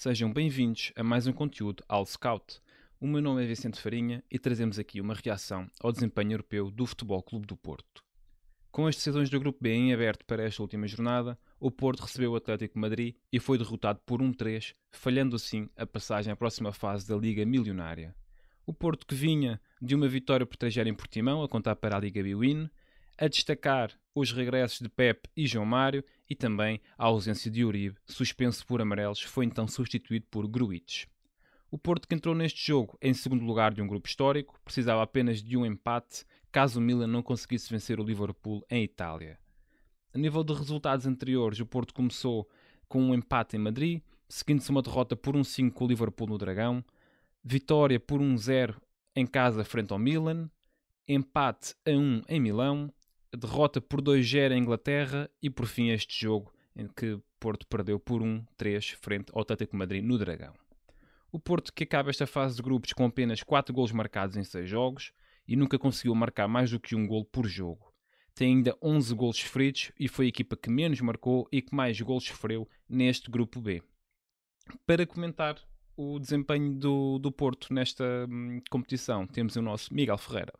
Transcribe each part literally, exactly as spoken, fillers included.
Sejam bem-vindos a mais um conteúdo All Scout. O meu nome é Vicente Farinha e trazemos aqui uma reação ao desempenho europeu do Futebol Clube do Porto. Com as decisões do Grupo B em aberto para esta última jornada, o Porto recebeu o Atlético de Madrid e foi derrotado por um três, falhando assim a passagem à próxima fase da Liga Milionária. O Porto, que vinha de uma vitória por três a zero em Portimão, a contar para a Liga B-Win, a destacar os regressos de Pep e João Mário e também a ausência de Uribe, suspenso por amarelos, foi então substituído por Gruitch. O Porto, que entrou neste jogo em segundo lugar de um grupo histórico, precisava apenas de um empate caso o Milan não conseguisse vencer o Liverpool em Itália. A nível de resultados anteriores, o Porto começou com um empate em Madrid, seguindo-se uma derrota por um cinco com o Liverpool no Dragão, vitória por um zero em casa frente ao Milan, empate a um em Milão, derrota por dois a zero em Inglaterra e por fim este jogo em que Porto perdeu por um três frente ao Atlético de Madrid no Dragão. O Porto, que acaba esta fase de grupos com apenas quatro golos marcados em seis jogos e nunca conseguiu marcar mais do que um golo por jogo. Tem ainda onze golos sofridos e foi a equipa que menos marcou e que mais golos sofreu neste grupo B. Para comentar o desempenho do, do Porto nesta hum, competição, temos o nosso Miguel Ferreira.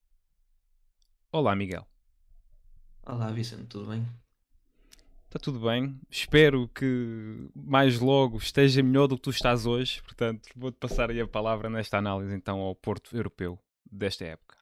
Olá, Miguel. Olá Vicente, tudo bem? Está tudo bem? Espero que mais logo esteja melhor do que tu estás hoje. Portanto, vou-te passar aí a palavra nesta análise então ao Porto Europeu desta época.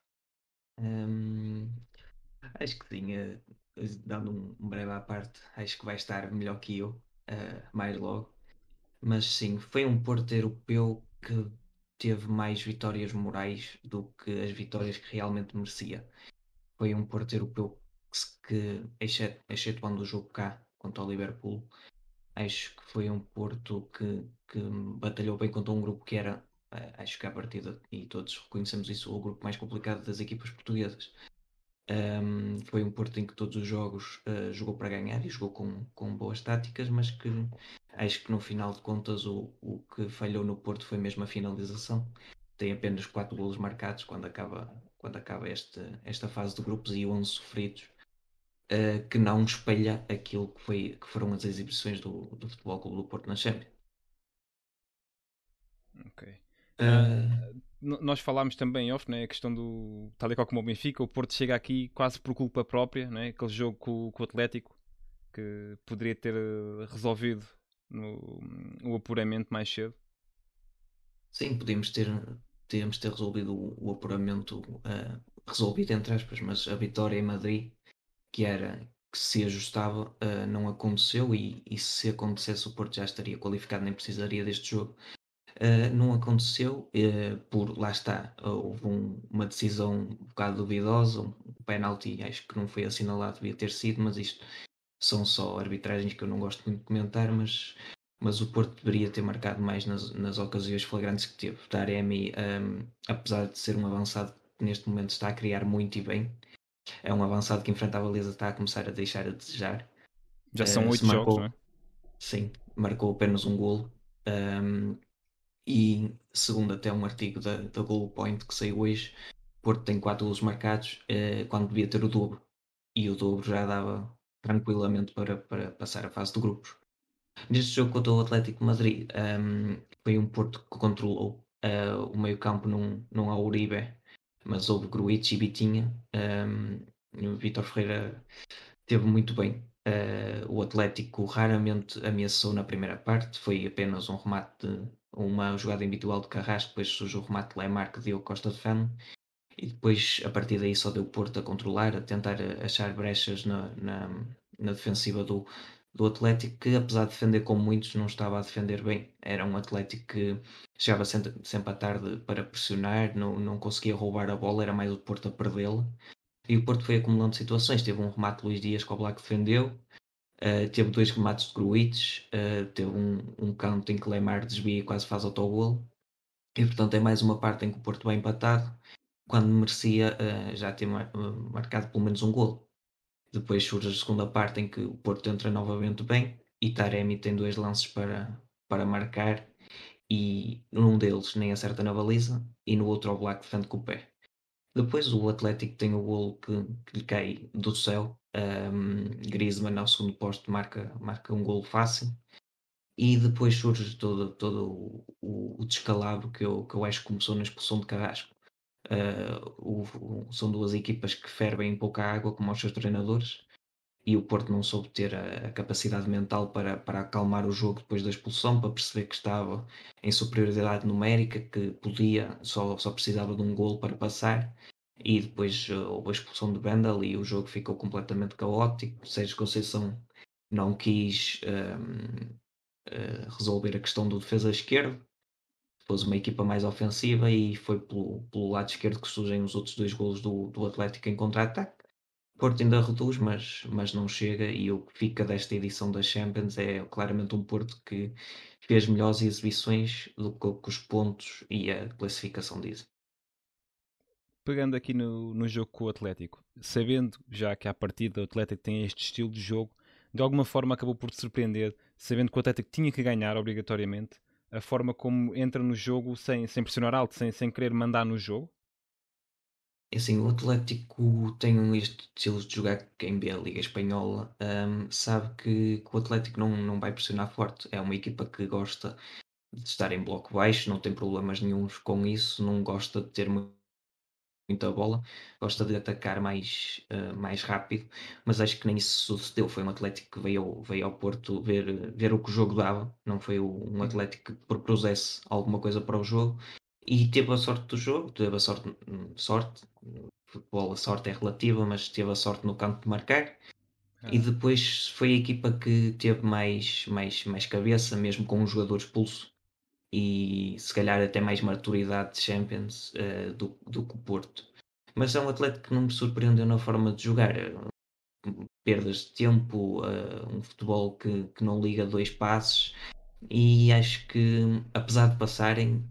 Hum, acho que sim, eh, dando um, um breve à parte, acho que vai estar melhor que eu, eh, mais logo. Mas sim, foi um Porto europeu que teve mais vitórias morais do que as vitórias que realmente merecia. Foi um Porto europeu que, se- que exceto, excetuando o jogo cá contra o Liverpool, acho que foi um Porto que, que batalhou bem contra um grupo que era, eh, acho que à partida, e todos reconhecemos isso, o grupo mais complicado das equipas portuguesas. Um, foi um Porto em que todos os jogos uh, jogou para ganhar e jogou com, com boas táticas, mas que acho que no final de contas o, o que falhou no Porto foi mesmo a finalização. Tem apenas quatro golos marcados quando acaba, quando acaba este, esta fase de grupos e onze sofridos, uh, que não espelha aquilo que, foi, que foram as exibições do, do Futebol Clube do Porto na Champions. Ok. Uh, Ah, n- nós falámos também em off, né, a questão do tal e qual como o Benfica, o Porto chega aqui quase por culpa própria, né, aquele jogo com, com o Atlético que poderia ter eh, resolvido no, o apuramento mais cedo. sim, podíamos ter, podíamos ter resolvido o, o apuramento, uh, resolvido entre aspas, mas a vitória em Madrid que era que se ajustava, uh, não aconteceu e, e se acontecesse o Porto já estaria qualificado, nem precisaria deste jogo. Uh, não aconteceu, uh, por lá está, uh, houve um- uma decisão um bocado duvidosa, um penalti, acho que não foi assinalado, devia ter sido, mas isto são só arbitragens que eu não gosto muito de comentar, mas, mas o Porto deveria ter marcado mais nas, nas ocasiões flagrantes que teve. Taremi, um, apesar de ser um avançado que neste momento está a criar muito e bem, é um avançado que enfrenta a baliza, está a começar a deixar a desejar. Já são Uh, se oito jogos, não é? marcou, sim, marcou apenas um golo. Um, e segundo até um artigo da, da Goal Point que saiu hoje, Porto tem quatro golos marcados, uh, quando devia ter o dobro. E o dobro já dava tranquilamente para, para passar a fase de grupos. Neste jogo contra o Atlético de Madrid, um, foi um Porto que controlou. Uh, o meio-campo não, não há Uribe, mas houve Gruitch e Vitinha. Um, o Vítor Ferreira teve muito bem. Uh, o Atlético raramente ameaçou na primeira parte, foi apenas um remate, de, uma jogada individual de Carrasco, depois surge o remate de Lemar que deu Costa de Fano, e depois a partir daí só deu Porto a controlar, a tentar achar brechas na, na, na defensiva do, do Atlético, que apesar de defender como muitos, não estava a defender bem. Era um Atlético que chegava sempre, sempre à tarde para pressionar, não, não conseguia roubar a bola, era mais o Porto a perdê-la. E o Porto foi acumulando situações. Teve um remate de Luís Dias que o Black defendeu, uh, teve dois remates de Gruitch, uh, teve um, um canto em que Lemar desvia e quase faz autogol. E portanto é mais uma parte em que o Porto vai empatado, quando merecia uh, já ter mar uh, marcado pelo menos um gol. Depois surge a segunda parte em que o Porto entra novamente bem e Taremi tem dois lances para, para marcar e num deles nem acerta na baliza e no outro o Black defende com o pé. Depois o Atlético tem o golo que, que lhe cai do céu. Um, Griezmann ao segundo posto marca, marca um golo fácil E depois surge todo, todo o, o- o descalabro que eu, que eu acho que começou na expulsão de Carrasco. Ah, o- o- são duas equipas que fervem em pouca água, como os seus treinadores, e o Porto não soube ter a, a capacidade mental para, para acalmar o jogo depois da expulsão, para perceber que estava em superioridade numérica, que podia, só, só precisava de um gol para passar. E depois ah, houve a expulsão de Bendel e o jogo ficou completamente caótico. Sérgio Conceição não quis ahm, ah, resolver a questão do defesa esquerdo, pôs uma equipa mais ofensiva e foi pelo, pelo lado esquerdo que surgem os outros dois golos do, do Atlético em contra-ataque. O Porto ainda reduz, mas, mas não chega, e o que fica desta edição da Champions é claramente um Porto que fez melhores exibições do que, que os pontos e a classificação dizem. Pegando aqui no, no jogo com o Atlético, sabendo já que à partida o Atlético tem este estilo de jogo, de alguma forma acabou por te surpreender, sabendo que o Atlético tinha que ganhar obrigatoriamente, a forma como entra no jogo sem, sem pressionar alto, sem, sem querer mandar no jogo? É assim, o Atlético tem um este estilo de jogar que quem vê a Liga Espanhola hum, sabe que, que o Atlético não, não vai pressionar forte. É uma equipa que gosta de estar em bloco baixo, não tem problemas nenhuns com isso, não gosta de ter mu- muita bola, gosta de atacar mais, eh, mais rápido, mas acho que nem isso sucedeu. Foi um Atlético que veio, ao- veio ao Porto ver, ver o que o jogo dava, não foi o- um Uhum. Atlético que propusesse alguma coisa para o jogo e teve a sorte do jogo, teve a sorte, hum, sorte, futebol a sorte é relativa, mas teve a sorte no campo de marcar. E Aham. depois foi a equipa que teve mais, mais, mais cabeça, mesmo com um jogador expulso, e se calhar até mais maturidade de Champions eh, do, do que o Porto. Mas é um atleta que não me surpreendeu na forma de jogar. Eh, Perdas de tempo, eh, um futebol que, que não liga dois passes, e acho que apesar de passarem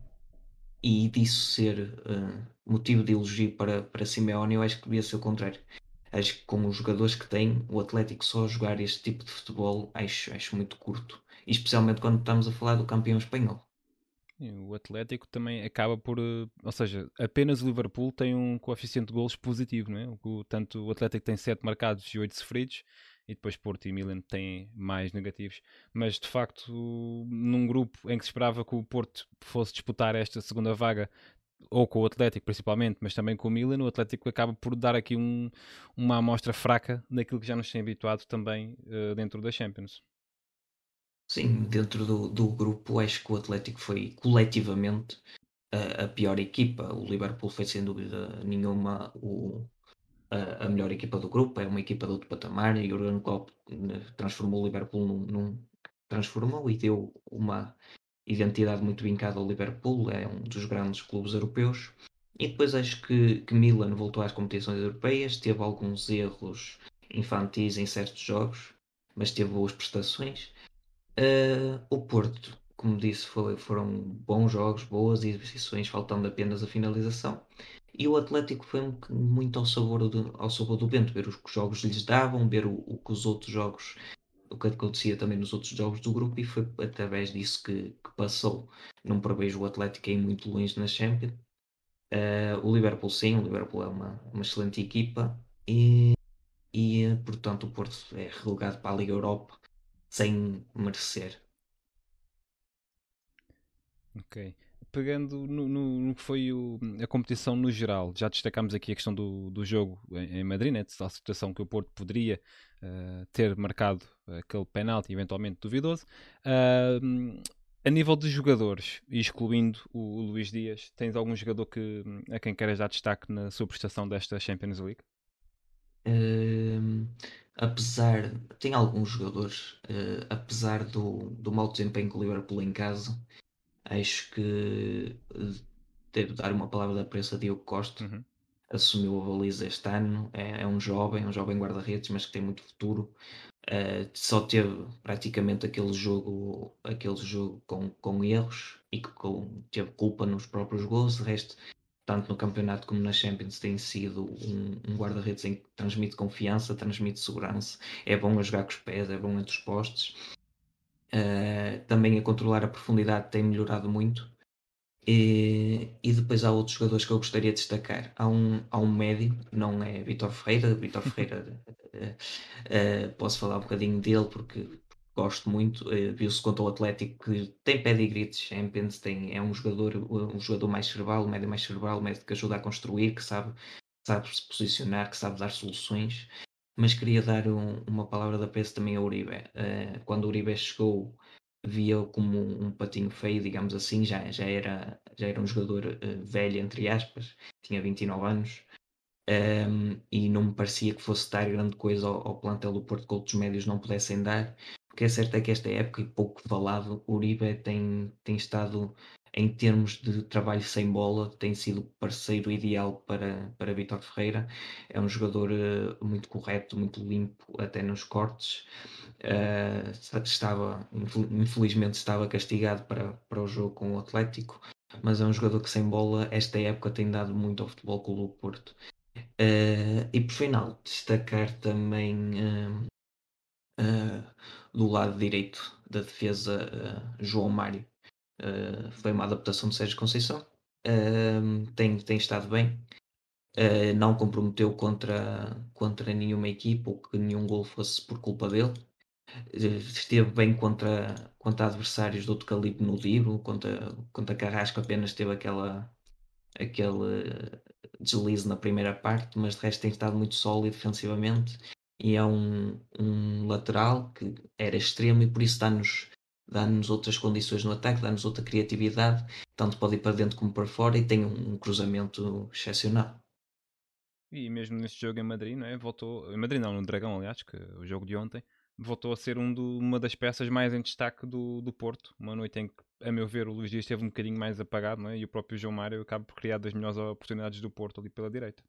e disso ser eh, motivo de elogio para, para Simeone, eu acho que devia ser o contrário. Acho que com os jogadores que tem, o Atlético só jogar este tipo de futebol acho, acho muito curto. E especialmente quando estamos a falar do campeão espanhol. E o Atlético também acaba por. eh, Ou seja, apenas o Liverpool tem um coeficiente de golos positivo, não é? O, tanto o Atlético tem sete marcados e oito sofridos, e depois Porto e Milan têm mais negativos. Mas de facto, num grupo em que se esperava que o Porto fosse disputar esta segunda vaga, ou com o Atlético principalmente, mas também com o Milan, o Atlético acaba por dar aqui um, uma amostra fraca daquilo que já nos tem habituado também eh, dentro da Champions. Sim, dentro do, do grupo, acho que o Atlético foi coletivamente a, a pior equipa. O Liverpool foi sem dúvida nenhuma o, a, a melhor equipa do grupo, é uma equipa de outro patamar. E o Jurgen Klopp eh, transformou o Liverpool num, num- transformou e deu uma identidade muito vincada ao Liverpool, é um dos grandes clubes europeus. E depois acho que, que Milan voltou às competições europeias, teve alguns erros infantis em certos jogos, mas teve boas prestações. Uh, o Porto, como disse, foi- foram bons jogos, boas exibições, faltando apenas a finalização. E o Atlético foi um boc- muito ao sabor do, ao sabor do vento, ver os que os jogos lhes davam, ver o, o que os outros jogos, o que acontecia também nos outros jogos do grupo, e foi através disso que, que passou. Não prevejo o Atlético ir muito longe na Champions. Uh, o Liverpool, sim, o Liverpool é uma, uma excelente equipa, e, e eh, portanto o Porto é relegado para a Liga Europa sem merecer. Ok. Pegando no, no- no que foi o- a competição no geral, já destacámos aqui a questão do, do jogo em, em Madrid, né, a situação que o Porto poderia eh, ter marcado aquele penalti eventualmente duvidoso. Ah, a nível de jogadores, e excluindo o, o Luís Dias, tens algum jogador que, a quem queres dar destaque na sua prestação desta Champions League? Hum, apesar, tem alguns jogadores, eh, apesar do, do mau desempenho com o Liverpool em casa, acho que eh, devo dar uma palavra de apreço a Diogo Costa. Uhum. Assumiu a baliza este ano, é, é um jovem, um jovem guarda-redes, mas que tem muito futuro. Eh, só teve praticamente aquele jogo, aquele jogo com, com erros e que com- teve culpa nos próprios gols. De resto, tanto no campeonato como na Champions, tem sido um, um guarda-redes em que transmite confiança, transmite segurança, é bom a jogar com os pés, é bom entre os postes. Eh, também a controlar a profundidade tem melhorado muito. E, e depois há outros jogadores que eu gostaria de destacar. Há um, há um médio, não é Vítor Ferreira. Vítor Ferreira, eh, eh, posso falar um bocadinho dele porque gosto muito. Eh, viu-se contra o Atlético que tem pedigree de Champions, tem, é um jogador, um jogador mais cerebral, um médio mais cerebral, um médio que ajuda a construir, que sabe, sabe se posicionar, que sabe dar soluções. Mas queria dar um- uma palavra de apreço também ao Uribe. Eh, quando o Uribe chegou, via-o como um patinho feio, digamos assim, já, já, era, já era um jogador eh, velho, entre aspas, tinha vinte e nove anos. Um, e não me parecia que fosse dar grande coisa ao, ao plantel do Porto que outros médios não pudessem dar. O que é certo é que esta época, e pouco falado, o Uribe tem, tem estado, em termos de trabalho sem bola, tem sido o parceiro ideal para, para Vítor Ferreira. É um jogador uh, muito correto, muito limpo, até nos cortes. Uh, estava, infelizmente, estava castigado para, para o jogo com o Atlético, mas é um jogador que sem bola, esta época, tem dado muito ao Futebol Clube do Porto. Uh, e por final, destacar também uh, uh, do lado direito da defesa uh, João Mário. Uh, foi uma adaptação de Sérgio Conceição. Uh, tem, tem estado bem. Uh, não comprometeu contra, contra nenhuma equipa ou que nenhum gol fosse por culpa dele. Uh, esteve bem contra, contra adversários de outro calibre no Divo, contra, contra Carrasco apenas teve aquela, aquele deslize na primeira parte, mas de resto tem estado muito sólido defensivamente e é um, um lateral que era extremo e por isso dá-nos dá-nos outras condições no ataque, dá-nos outra criatividade, tanto pode ir para dentro como para fora e tem um, um cruzamento excepcional. E mesmo neste jogo em Madrid, não é? Voltou, em Madrid não, no Dragão, aliás, que o jogo de ontem, voltou a ser um do- uma das peças mais em destaque do, do Porto. Uma noite em que, a meu ver, o Luís Dias esteve um bocadinho mais apagado, não é? E o próprio João Mário acaba por criar das melhores oportunidades do Porto ali pela direita.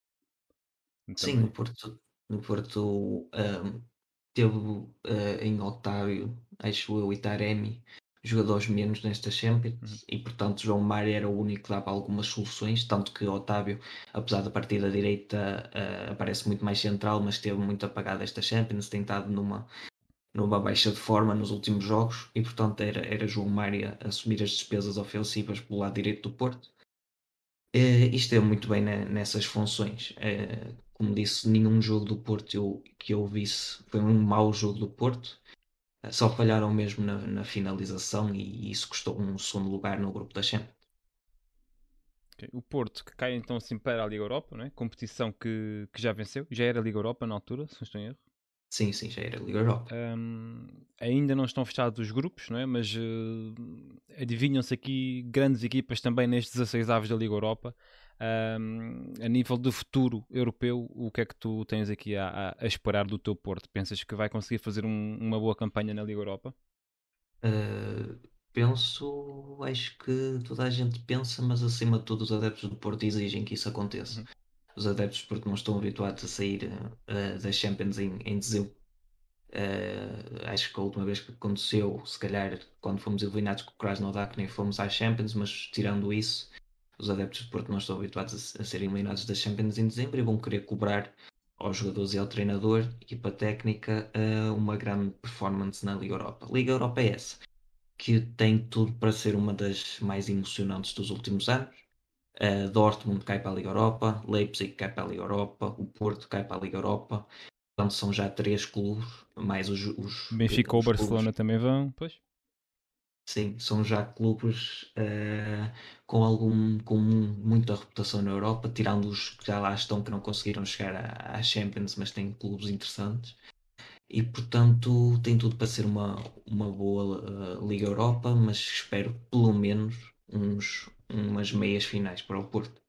Sim, o Também. Porto, o Porto ahm, teve ah, em Otávio, acho eu, e Taremi, jogadores menos nesta Uhum. Champions, e portanto João Mário era o único que dava algumas soluções, tanto que Otávio, apesar da partida direita, ah, aparece muito mais central, mas esteve muito apagado esta Champions, tem estado numa, numa baixa de forma nos últimos jogos, e portanto era, era João Mário a assumir as despesas ofensivas pelo lado direito do Porto. Eh, e esteve muito bem ne- nessas funções. Eh, como disse, nenhum jogo do Porto eu- que eu visse foi um mau jogo do Porto. Eh, só falharam mesmo na, na finalização e isso custou um segundo lugar no grupo da Champions. Ok. O Porto, que cai então assim para a Liga Europa, não é? Competição que, que já venceu. Já era Liga Europa na altura, se não estou em erro. Sim, sim, já era Liga Europa. Um, ainda não estão fechados os grupos, não é? Mas uh, adivinham-se aqui grandes equipas também nestes dezasseis aves da Liga Europa. Um, a nível de futuro europeu, o que é que tu tens aqui a, a, a esperar do teu Porto? Pensas que vai conseguir fazer um, uma boa campanha na Liga Europa? Eh, penso, acho que toda a gente pensa, mas acima de tudo os adeptos do Porto exigem que isso aconteça. Uhum. Os adeptos porque não estão habituados a sair eh, das Champions em, em dezembro. Uh, acho que a última vez que aconteceu, se calhar quando fomos eliminados com o Krasnodar, que nem fomos às Champions, mas tirando isso, os adeptos de Porto não estão habituados a, a serem eliminados das Champions em dezembro e vão querer cobrar aos jogadores e ao treinador, equipa técnica, uh, uma grande performance na Liga Europa. Liga Europa é essa, que tem tudo para ser uma das mais emocionantes dos últimos anos. Uh, Dortmund cai para a Liga Europa, Leipzig cai para a Liga Europa, o Porto cai para a Liga Europa. Portanto, são já três clubes, mais os, os, Benfica ou os clubes. Barcelona também vão, pois. Sim, são já clubes eh, com algum, com muita reputação na Europa, tirando os que já lá estão que não conseguiram chegar à, à Champions, mas têm clubes interessantes. E portanto tem tudo para ser uma, uma boa eh, Liga Europa, mas espero pelo menos uns, umas meias finais para o Porto.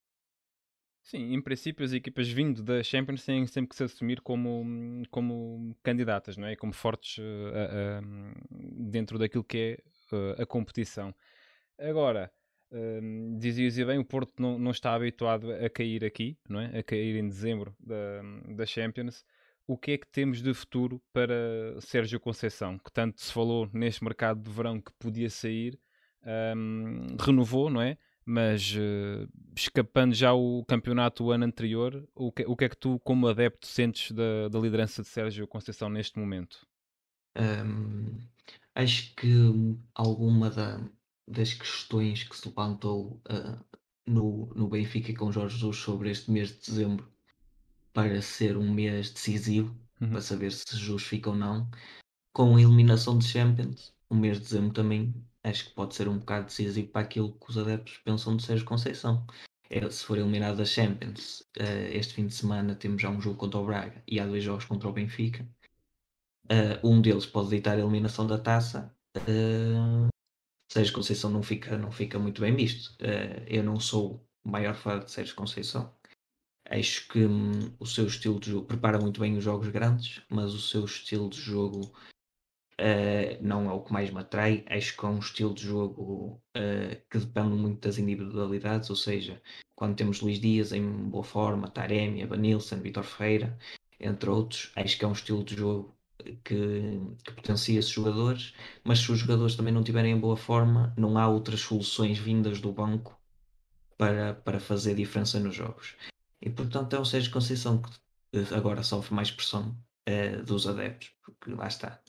Sim, em princípio as equipas vindo da Champions têm sempre que se assumir como, como candidatas, não é? Como fortes uh, uh, dentro daquilo que é uh, a competição. Agora, um, dizias e bem, o Porto não, não está habituado a cair aqui, não é? A cair em dezembro da, da Champions. O que é que temos de futuro para Sérgio Conceição, que tanto se falou neste mercado de verão que podia sair, um, renovou, não é? Mas uh, escapando já o campeonato o ano anterior, o que, o que é que tu, como adepto, sentes da, da liderança de Sérgio Conceição neste momento? Ahm, acho que alguma da- das questões que se levantou ah, no, no Benfica com Jorge Jesus sobre este mês de dezembro para ser um mês decisivo, para Uhum. saber se Jesus fica ou não, com a eliminação de Champions, o mês de dezembro também acho que pode ser um bocado decisivo para aquilo que os adeptos pensam de Sérgio Conceição. É, se for eliminado da Champions, uh, este fim de semana temos já um jogo contra o Braga e há dois jogos contra o Benfica. Uh, um deles pode ditar a eliminação da taça. Uh, Sérgio Conceição não fica, não fica muito bem visto. Uh, eu não sou o maior fã de Sérgio Conceição. Acho que hum, o seu estilo de jogo prepara muito bem os jogos grandes, mas o seu estilo de jogo uh, não é o que mais me atrai. Acho que é um estilo de jogo uh, que depende muito das individualidades, ou seja, quando temos Luís Dias em boa forma, Taremi, Evanilson, Vitor Ferreira, entre outros, acho que é um estilo de jogo que, que potencia esses jogadores, mas se os jogadores também não estiverem em boa forma, não há outras soluções vindas do banco para, para fazer diferença nos jogos. E portanto é um Sérgio Conceição que eh, agora sofre mais pressão uh, dos adeptos, porque lá está.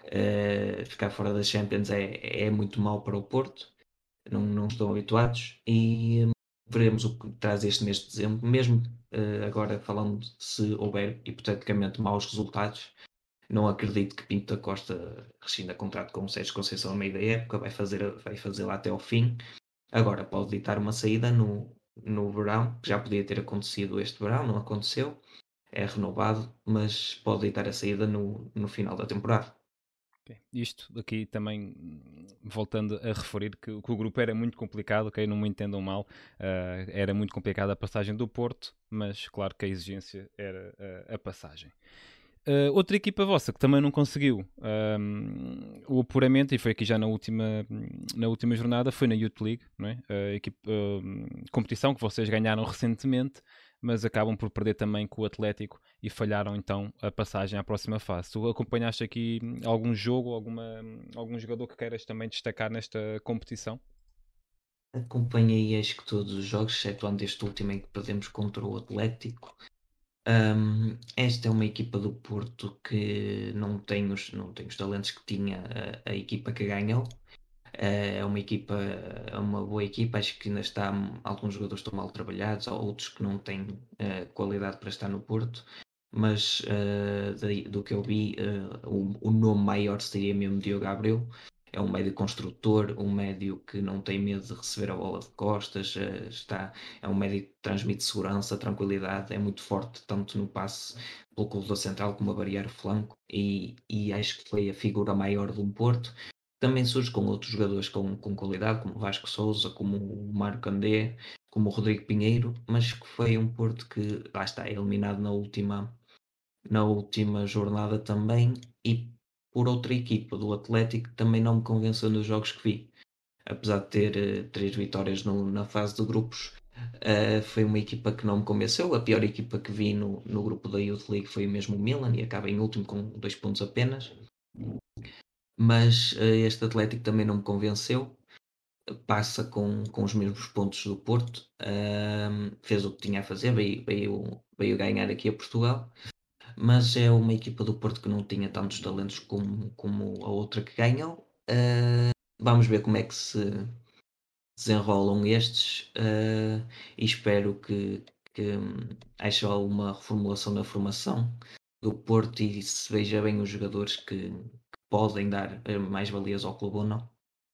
Uh, ficar fora das Champions é, é muito mau para o Porto, não, não estão habituados e um, veremos o que traz este mês de dezembro, mesmo uh, agora falando se houver hipoteticamente maus resultados. Não acredito que Pinto da Costa rescinda contrato com o Sérgio Conceição a meio da época, vai fazer, vai fazer lá até ao fim. Agora pode ditar uma saída no, no verão, que já podia ter acontecido este verão, não aconteceu, é renovado, mas pode ditar a saída no, no final da temporada. Okay. Isto aqui também, voltando a referir que, que o grupo era muito complicado, ok? Não me entendam mal, uh, era muito complicada a passagem do Porto, mas claro que a exigência era uh, a passagem. Uh, outra equipa vossa que também não conseguiu um, o apuramento, e foi aqui já na última, na última jornada, foi na Youth League, não é? A equipa, uh, competição que vocês ganharam recentemente, mas acabam por perder também com o Atlético e falharam então a passagem à próxima fase. Tu acompanhaste aqui algum jogo, alguma, algum jogador que queiras também destacar nesta competição? Acompanhei acho que todos os jogos, excetuando este último em que perdemos contra o Atlético. Um, esta é uma equipa do Porto que não tem os, não tem os talentos que tinha a, a equipa que ganhou. Uh, é uma equipa, é uma boa equipa, acho que ainda está, alguns jogadores estão mal trabalhados, há outros que não têm uh, qualidade para estar no Porto, mas uh, daí, do que eu vi, uh, o, o nome maior seria mesmo Diogo Abreu. É um médio construtor, um médio que não tem medo de receber a bola de costas, uh, está, é um médio que transmite segurança, tranquilidade, é muito forte tanto no passe pelo corredor central como a variar o flanco e, e acho que foi a figura maior de um Porto. Também surge com outros jogadores com, com qualidade, como Vasco Souza, como o Marco Andé, como o Rodrigo Pinheiro, mas que foi um Porto que, lá está, eliminado na última, na última jornada também, e por outra equipa do Atlético também não me convenceu nos jogos que vi. Apesar de ter uh, três vitórias no, na fase de grupos, uh, foi uma equipa que não me convenceu. A pior equipa que vi no, no grupo da Youth League foi mesmo o Milan e acaba em último com dois pontos apenas. Mas uh, este Atlético também não me convenceu. Passa com, com os mesmos pontos do Porto, um, fez o que tinha a fazer, veio, veio, veio ganhar aqui a Portugal, mas é uma equipa do Porto que não tinha tantos talentos como, como a outra que ganhou. Uh, vamos ver como é que se desenrolam estes uh, e espero que, que um, haja alguma reformulação na formação do Porto e se veja bem os jogadores que, que podem dar uh, mais valias ao clube ou não.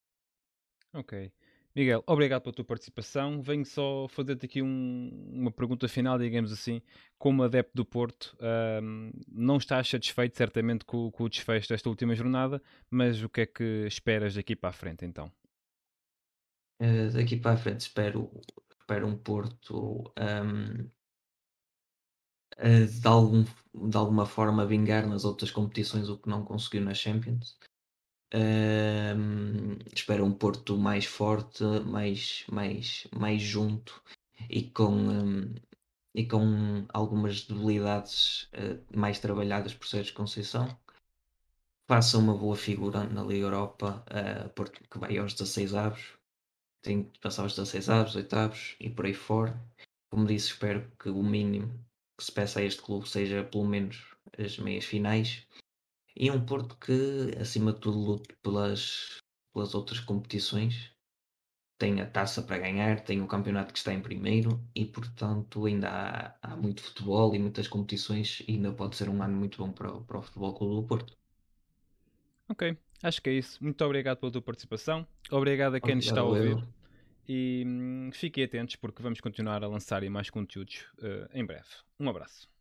Ok. Miguel, obrigado pela tua participação. Venho só fazer-te aqui um- uma pergunta final, digamos assim. Como adepto do Porto, ahm, não estás satisfeito certamente com, com o desfecho desta última jornada, mas o que é que esperas daqui para a frente então? Uh, daqui para a frente espero, espero um Porto um, uh, de, algum, de alguma forma vingar nas outras competições o que não conseguiu na Champions. Um, espero um Porto mais forte, mais, mais, mais junto e com, um, e com algumas debilidades uh, mais trabalhadas por Sérgio Conceição. Faça uma boa figura na Liga Europa, uh, Porto que vai aos dezasseis avos, tem que passar os dezasseis avos, oitavos e por aí fora. Como disse, espero que o mínimo que se peça a este clube seja pelo menos as meias finais. E um Porto que, acima de tudo, lute pelas, pelas outras competições. Tem a taça para ganhar, tem o campeonato que está em primeiro e, portanto, ainda há, há muito futebol e muitas competições e ainda pode ser um ano muito bom para, o- para o Futebol Clube do Porto. Ok, acho que é isso. Muito obrigado pela tua participação. Obrigado a quem nos está a Obrigado, ouvir. eu. E hum, fiquem atentos porque vamos continuar a lançar aí mais conteúdos uh, em breve. Um abraço.